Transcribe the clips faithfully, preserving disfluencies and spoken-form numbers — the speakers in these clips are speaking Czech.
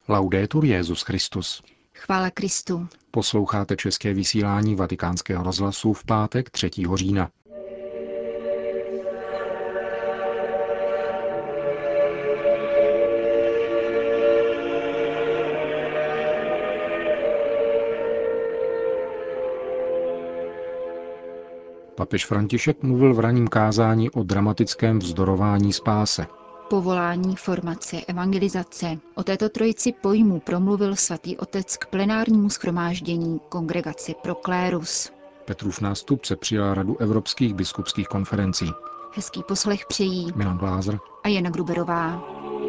Laudetur Jesus Christus. Chvála Kristu. Posloucháte české vysílání Vatikánského rozhlasu v pátek třetího října. Papež František mluvil v ranním kázání o dramatickém vzdorování spáse. Povolání, formace, evangelizace. O této trojici pojmů promluvil svatý otec k plenárnímu shromáždění Kongregace pro klérus. Petrův nástupce přijal Radu evropských biskupských konferencí. Hezký poslech přejí Milan Glázer a Jana Gruberová.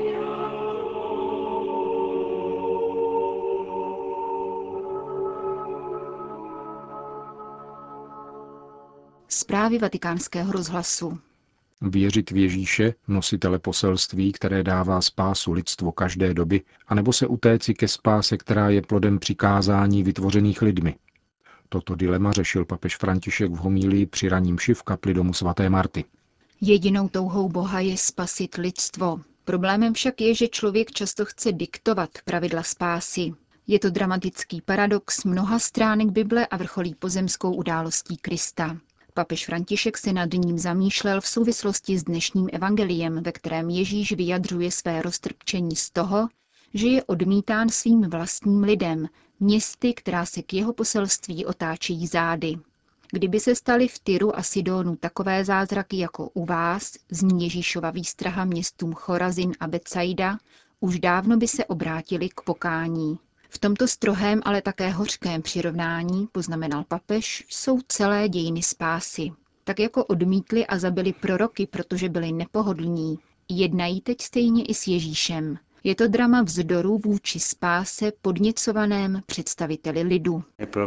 Zprávy Vatikánského rozhlasu. Věřit v Ježíše, nositele poselství, které dává spásu lidstvu každé doby, anebo se utéci ke spáse, která je plodem přikázání vytvořených lidmi. Toto dilema řešil papež František v homílii při raním mši v kapli domu svaté Marty. Jedinou touhou Boha je spasit lidstvo. Problémem však je, že člověk často chce diktovat pravidla spásy. Je to dramatický paradox mnoha stránek Bible a vrcholí pozemskou událostí Krista. Papež František se nad ním zamýšlel v souvislosti s dnešním evangeliem, ve kterém Ježíš vyjadřuje své roztrpčení z toho, že je odmítán svým vlastním lidem, městy, která se k jeho poselství otáčejí zády. Kdyby se staly v Tyru a Sidonu takové zázraky jako u vás, zní Ježíšova výstraha městům Chorazin a Betsaida, už dávno by se obrátili k pokání. V tomto strohém, ale také hořkém přirovnání, poznamenal papež, jsou celé dějiny spásy. Tak jako odmítli a zabili proroky, protože byli nepohodlní, jednají teď stejně i s Ježíšem. Je to drama vzdoru vůči spáse podněcovaném představiteli lidu.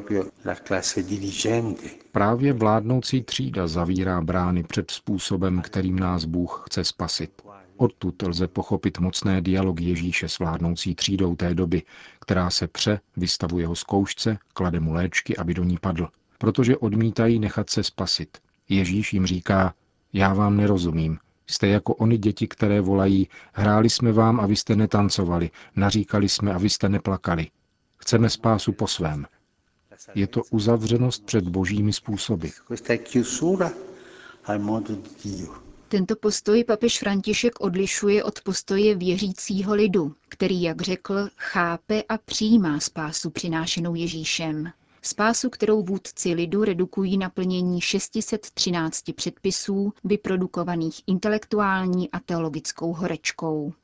Právě vládnoucí třída zavírá brány před způsobem, kterým nás Bůh chce spasit. Odtud lze pochopit mocné dialogy Ježíše s vládnoucí třídou té doby, která se pře, vystavuje ho zkoušce, klade mu léčky, aby do ní padl, protože odmítají nechat se spasit. Ježíš jim říká, já vám nerozumím, jste jako ony děti, které volají, hráli jsme vám a vy jste netancovali, naříkali jsme a vy jste neplakali. Chceme spásu po svém. Je to uzavřenost před božími způsoby. Tento postoj papež František odlišuje od postoje věřícího lidu, který, jak řekl, chápe a přijímá spásu přinášenou Ježíšem. Spásu, kterou vůdci lidu redukují na plnění šest set třináct předpisů, vyprodukovaných intelektuální a teologickou horečkou.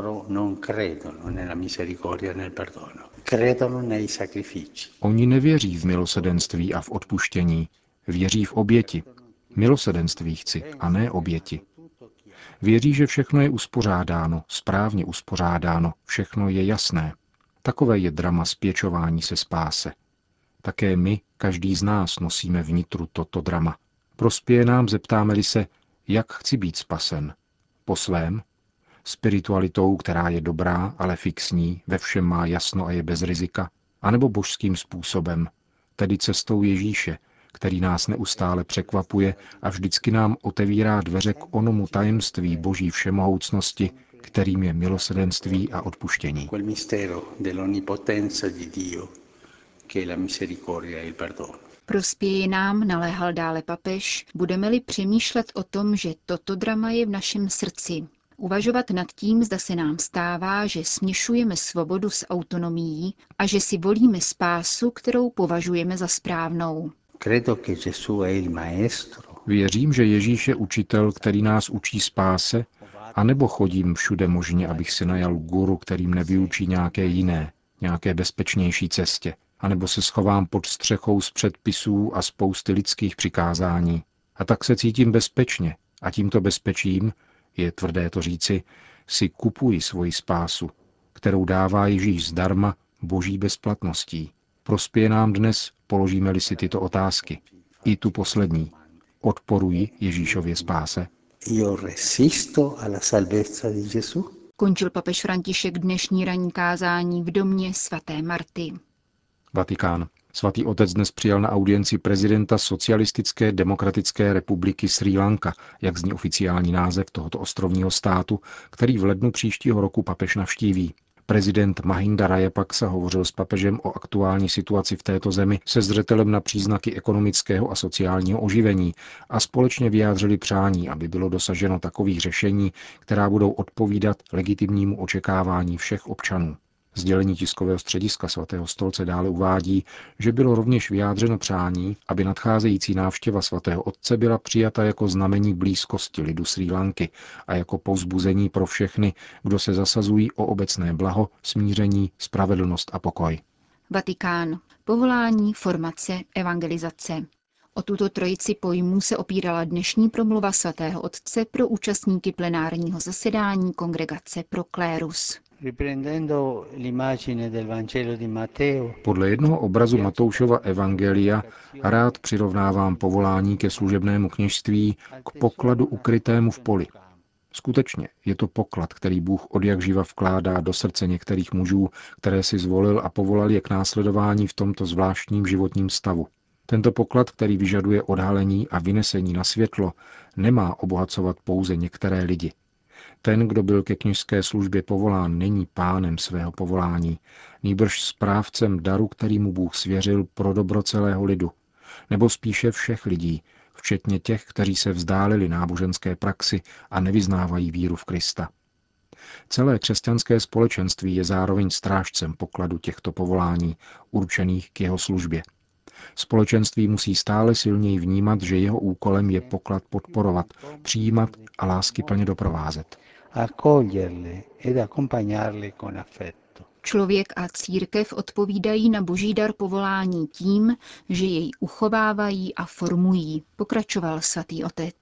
Oni nevěří v milosedenství a v odpuštění, věří v oběti. Milosedenství chci, a ne oběti. Věří, že všechno je uspořádáno, správně uspořádáno, všechno je jasné. Takové je drama spěčování se spáse. Také my, každý z nás, nosíme vnitru toto drama. Prospěje nám, zeptáme-li se, jak chci být spasen. Po svém? Spiritualitou, která je dobrá, ale fixní, ve všem má jasno a je bez rizika? Anebo božským způsobem, tedy cestou Ježíše, který nás neustále překvapuje a vždycky nám otevírá dveře k onomu tajemství boží všemohoucnosti, kterým je milosrdenství a odpuštění. Prospěje nám, naléhal dále papež, budeme-li přemýšlet o tom, že toto drama je v našem srdci. Uvažovat nad tím, zda se nám stává, že směšujeme svobodu s autonomií a že si volíme spásu, kterou považujeme za správnou. Věřím, že Ježíš je učitel, který nás učí spáse, anebo chodím všude možně, abych si najal guru, kterým nevyučí nějaké jiné, nějaké bezpečnější cestě, anebo se schovám pod střechou z předpisů a spousty lidských přikázání. A tak se cítím bezpečně a tímto bezpečím, je tvrdé to říci, si kupuji svoji spásu, kterou dává Ježíš zdarma boží bezplatností. Prospěje nám dnes, položíme-li si tyto otázky. I tu poslední. Odporuji Ježíšově spáse? Končil papež František dnešní ranní kázání v domě svaté Marty. Vatikán. Svatý otec dnes přijal na audienci prezidenta Socialistické demokratické republiky Srí Lanka, jak zní oficiální název tohoto ostrovního státu, který v lednu příštího roku papež navštíví. Prezident Mahinda Rajapaksa hovořil s papežem o aktuální situaci v této zemi se zřetelem na příznaky ekonomického a sociálního oživení a společně vyjádřili přání, aby bylo dosaženo takových řešení, která budou odpovídat legitimnímu očekávání všech občanů. Sdělení tiskového střediska svatého stolce dále uvádí, že bylo rovněž vyjádřeno přání, aby nadcházející návštěva svatého otce byla přijata jako znamení blízkosti lidu Srí Lanky a jako povzbuzení pro všechny, kdo se zasazují o obecné blaho, smíření, spravedlnost a pokoj. Vatikán. Povolání, formace, evangelizace. O tuto trojici pojmů se opírala dnešní promluva svatého otce pro účastníky plenárního zasedání Kongregace pro klérus. Podle jednoho obrazu Matoušova evangelia rád přirovnávám povolání ke služebnému kněžství k pokladu ukrytému v poli. Skutečně je to poklad, který Bůh odjakživa vkládá do srdce některých mužů, které si zvolil a povolal je k následování v tomto zvláštním životním stavu. Tento poklad, který vyžaduje odhalení a vynesení na světlo, nemá obohacovat pouze některé lidi. Ten, kdo byl ke kněžské službě povolán, není pánem svého povolání, nýbrž správcem daru, který mu Bůh svěřil pro dobro celého lidu, nebo spíše všech lidí, včetně těch, kteří se vzdálili náboženské praxi a nevyznávají víru v Krista. Celé křesťanské společenství je zároveň strážcem pokladu těchto povolání, určených k jeho službě. Společenství musí stále silněji vnímat, že jeho úkolem je poklad podporovat, přijímat a láskyplně doprovázet. Člověk a církev odpovídají na boží dar povolání tím, že jej uchovávají a formují, pokračoval svatý otec.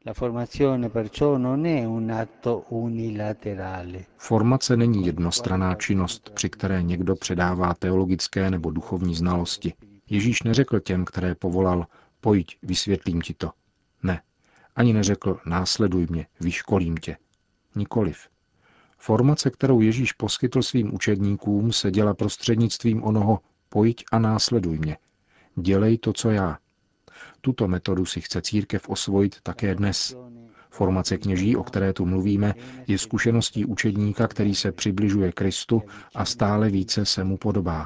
Formace není jednostranná činnost, při které někdo předává teologické nebo duchovní znalosti. Ježíš neřekl těm, které povolal, pojď, vysvětlím ti to. Ne. Ani neřekl, následuj mě, vyškolím tě. Nikoliv. Formace, kterou Ježíš poskytl svým učedníkům, se děla prostřednictvím onoho pojď a následuj mě. Dělej to, co já. Tuto metodu si chce církev osvojit také dnes. Formace kněží, o které tu mluvíme, je zkušeností učedníka, který se přibližuje Kristu a stále více se mu podobá.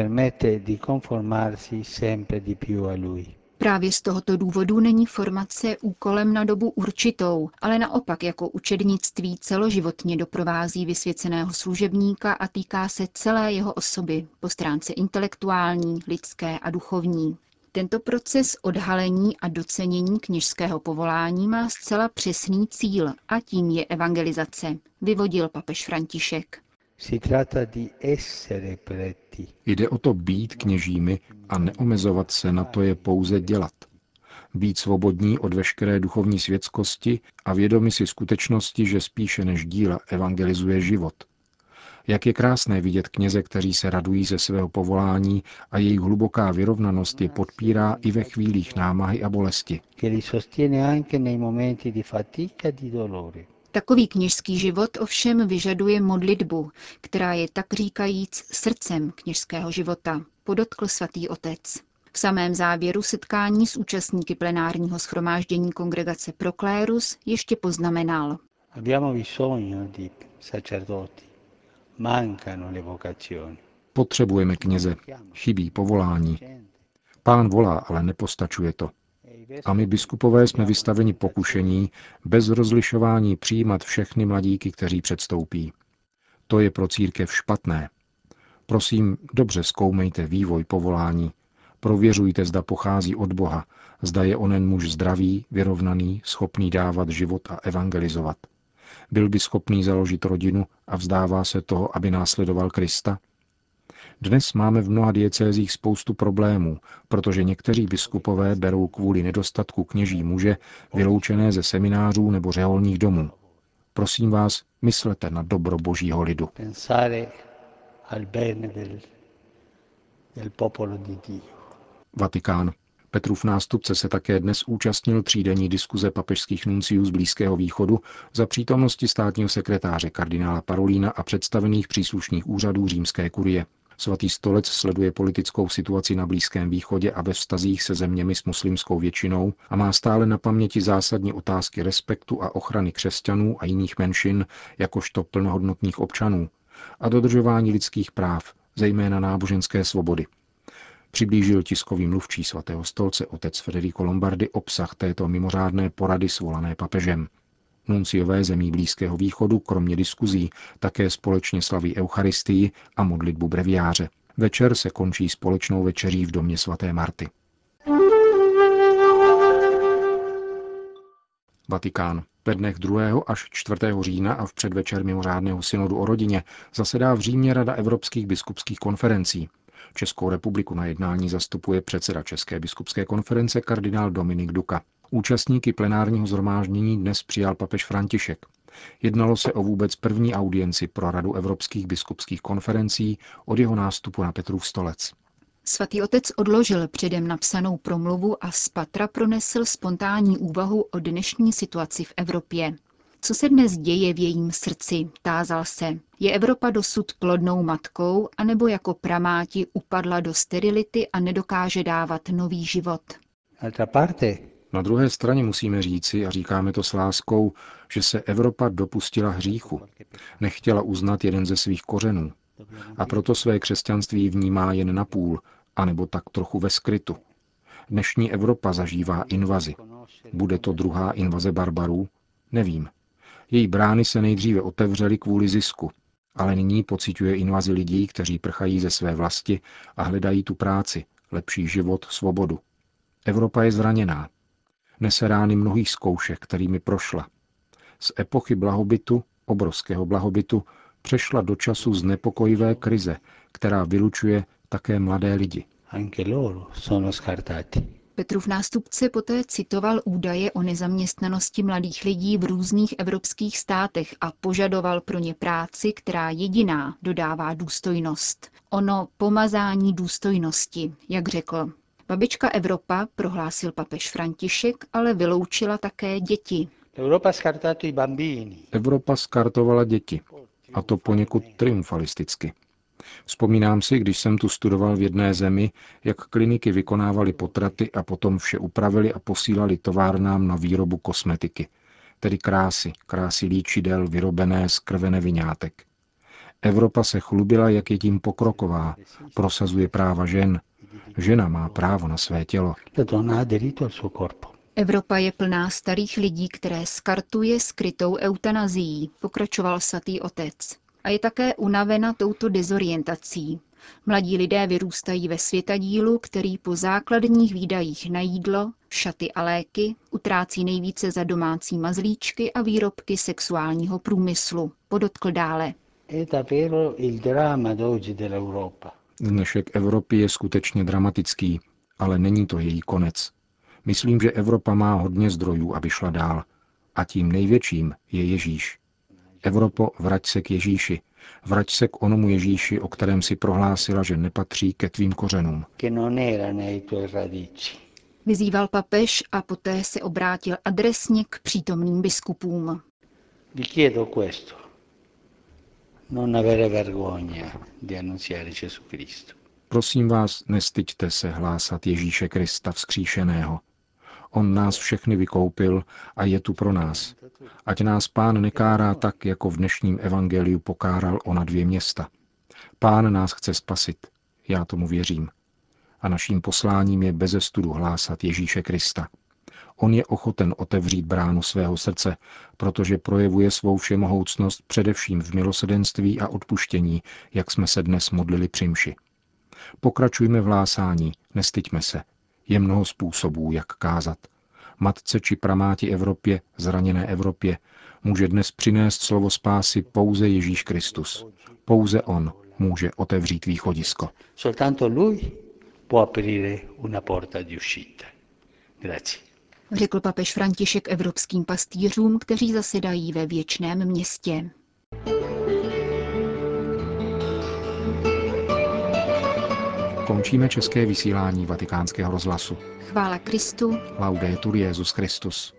Právě z tohoto důvodu není formace úkolem na dobu určitou, ale naopak jako učednictví celoživotně doprovází vysvěceného služebníka a týká se celé jeho osoby po stránce intelektuální, lidské a duchovní. Tento proces odhalení a docenění kněžského povolání má zcela přesný cíl a tím je evangelizace, vyvodil papež František. Jde o to být kněžími a neomezovat se na to je pouze dělat. Být svobodní od veškeré duchovní světskosti a vědomi si skutečnosti, že spíše než díla evangelizuje život. Jak je krásné vidět kněze, kteří se radují ze svého povolání a jejich hluboká vyrovnanost je podpírá i ve chvílích námahy a bolesti. Takový kněžský život ovšem vyžaduje modlitbu, která je tak říkajíc srdcem kněžského života, podotkl svatý otec. V samém závěru setkání s účastníky plenárního shromáždění Kongregace pro klérus ještě poznamenal. Potřebujeme kněze, chybí povolání. Pán volá, ale nepostačuje to. A my biskupové jsme vystaveni pokušení bez rozlišování přijímat všechny mladíky, kteří předstoupí. To je pro církev špatné. Prosím, dobře zkoumejte vývoj povolání. Prověřujte, zda pochází od Boha, zda je onen muž zdravý, vyrovnaný, schopný dávat život a evangelizovat. Byl by schopný založit rodinu a vzdává se toho, aby následoval Krista? Dnes máme v mnoha diecézích spoustu problémů, protože někteří biskupové berou kvůli nedostatku kněží muže vyloučené ze seminářů nebo řeholních domů. Prosím vás, myslete na dobro božího lidu. Vatikán. Petrův nástupce se také dnes účastnil třídenní diskuze papežských nunciů z Blízkého východu za přítomnosti státního sekretáře kardinála Parolina a představených příslušných úřadů římské kurie. Svatý stolec sleduje politickou situaci na Blízkém východě a ve vztazích se zeměmi s muslimskou většinou a má stále na paměti zásadní otázky respektu a ochrany křesťanů a jiných menšin jakožto plnohodnotných občanů, a dodržování lidských práv, zejména náboženské svobody. Přiblížil tiskový mluvčí svatého stolce otec Federico Lombardi obsah této mimořádné porady svolané papežem. Nunciové zemí Blízkého východu kromě diskuzí také společně slaví eucharistii a modlitbu breviáře. Večer se končí společnou večeří v domě svaté Marty. Vatikán. Ve dnech druhého až čtvrtého října a v předvečer mimořádného synodu o rodině zasedá v Římě Rada Evropských biskupských konferencí. Českou republiku na jednání zastupuje předseda České biskupské konference kardinál Dominik Duka. Účastníky plenárního shromáždění dnes přijal papež František. Jednalo se o vůbec první audienci pro Radu Evropských biskupských konferencí od jeho nástupu na Petrův stolec. Svatý otec odložil předem napsanou promluvu a z patra pronesl spontánní úvahu o dnešní situaci v Evropě. Co se dnes děje v jejím srdci, tázal se. Je Evropa dosud plodnou matkou, anebo jako pramáti upadla do sterility a nedokáže dávat nový život? Na druhé straně musíme říci, a říkáme to s láskou, že se Evropa dopustila hříchu. Nechtěla uznat jeden ze svých kořenů. A proto své křesťanství vnímá jen napůl, anebo tak trochu ve skrytu. Dnešní Evropa zažívá invazi. Bude to druhá invaze barbarů? Nevím. Její brány se nejdříve otevřely kvůli zisku, ale nyní pociťuje invazi lidí, kteří prchají ze své vlasti a hledají tu práci, lepší život, svobodu. Evropa je zraněná. Nese rány mnohých zkoušek, kterými prošla. Z epochy blahobytu, obrovského blahobytu, přešla do času znepokojivé krize, která vylučuje také mladé lidi. Petrův nástupce poté citoval údaje o nezaměstnanosti mladých lidí v různých evropských státech a požadoval pro ně práci, která jediná dodává důstojnost. Ono pomazání důstojnosti, jak řekl. Babička Evropa, prohlásil papež František, ale vyloučila také děti. Evropa skartovala děti, a to poněkud triumfalisticky. Vzpomínám si, když jsem tu studoval v jedné zemi, jak kliniky vykonávaly potraty a potom vše upravili a posílali továrnám na výrobu kosmetiky, tedy krásy, krásy líčidel vyrobené z krve neviňátek. Evropa se chlubila, jak je tím pokroková, prosazuje práva žen. Žena má právo na své tělo. Evropa je plná starých lidí, které skartuje skrytou eutanazií, pokračoval svatý otec. A je také unavena touto dezorientací. Mladí lidé vyrůstají ve světadílu, který po základních výdajích na jídlo, šaty a léky utrácí nejvíce za domácí mazlíčky a výrobky sexuálního průmyslu, podotkl dále. Dnešek Evropy je skutečně dramatický, ale není to její konec. Myslím, že Evropa má hodně zdrojů, aby šla dál. A tím největším je Ježíš. Evropo, vrať se k Ježíši. Vrať se k onomu Ježíši, o kterém si prohlásila, že nepatří ke tvým kořenům. Vyzýval papež a poté se obrátil adresně k přítomným biskupům. Prosím vás, nestyďte se hlásat Ježíše Krista vzkříšeného. On nás všechny vykoupil a je tu pro nás. Ať nás Pán nekárá tak, jako v dnešním evangeliu pokáral ona dvě města. Pán nás chce spasit. Já tomu věřím. A naším posláním je beze studu hlásat Ježíše Krista. On je ochoten otevřít bránu svého srdce, protože projevuje svou všemohoucnost především v milosrdenství a odpuštění, jak jsme se dnes modlili při mši. Pokračujme v hlásání, nestyďme se. Je mnoho způsobů, jak kázat. Matce či pramáti Evropě, zraněné Evropě, může dnes přinést slovo spásy pouze Ježíš Kristus. Pouze on může otevřít východisko. Řekl papež František evropským pastýřům, kteří zasedají ve věčném městě. Končíme české vysílání Vatikánského rozhlasu. Chvála Kristu. Laudetur Jesus Christus.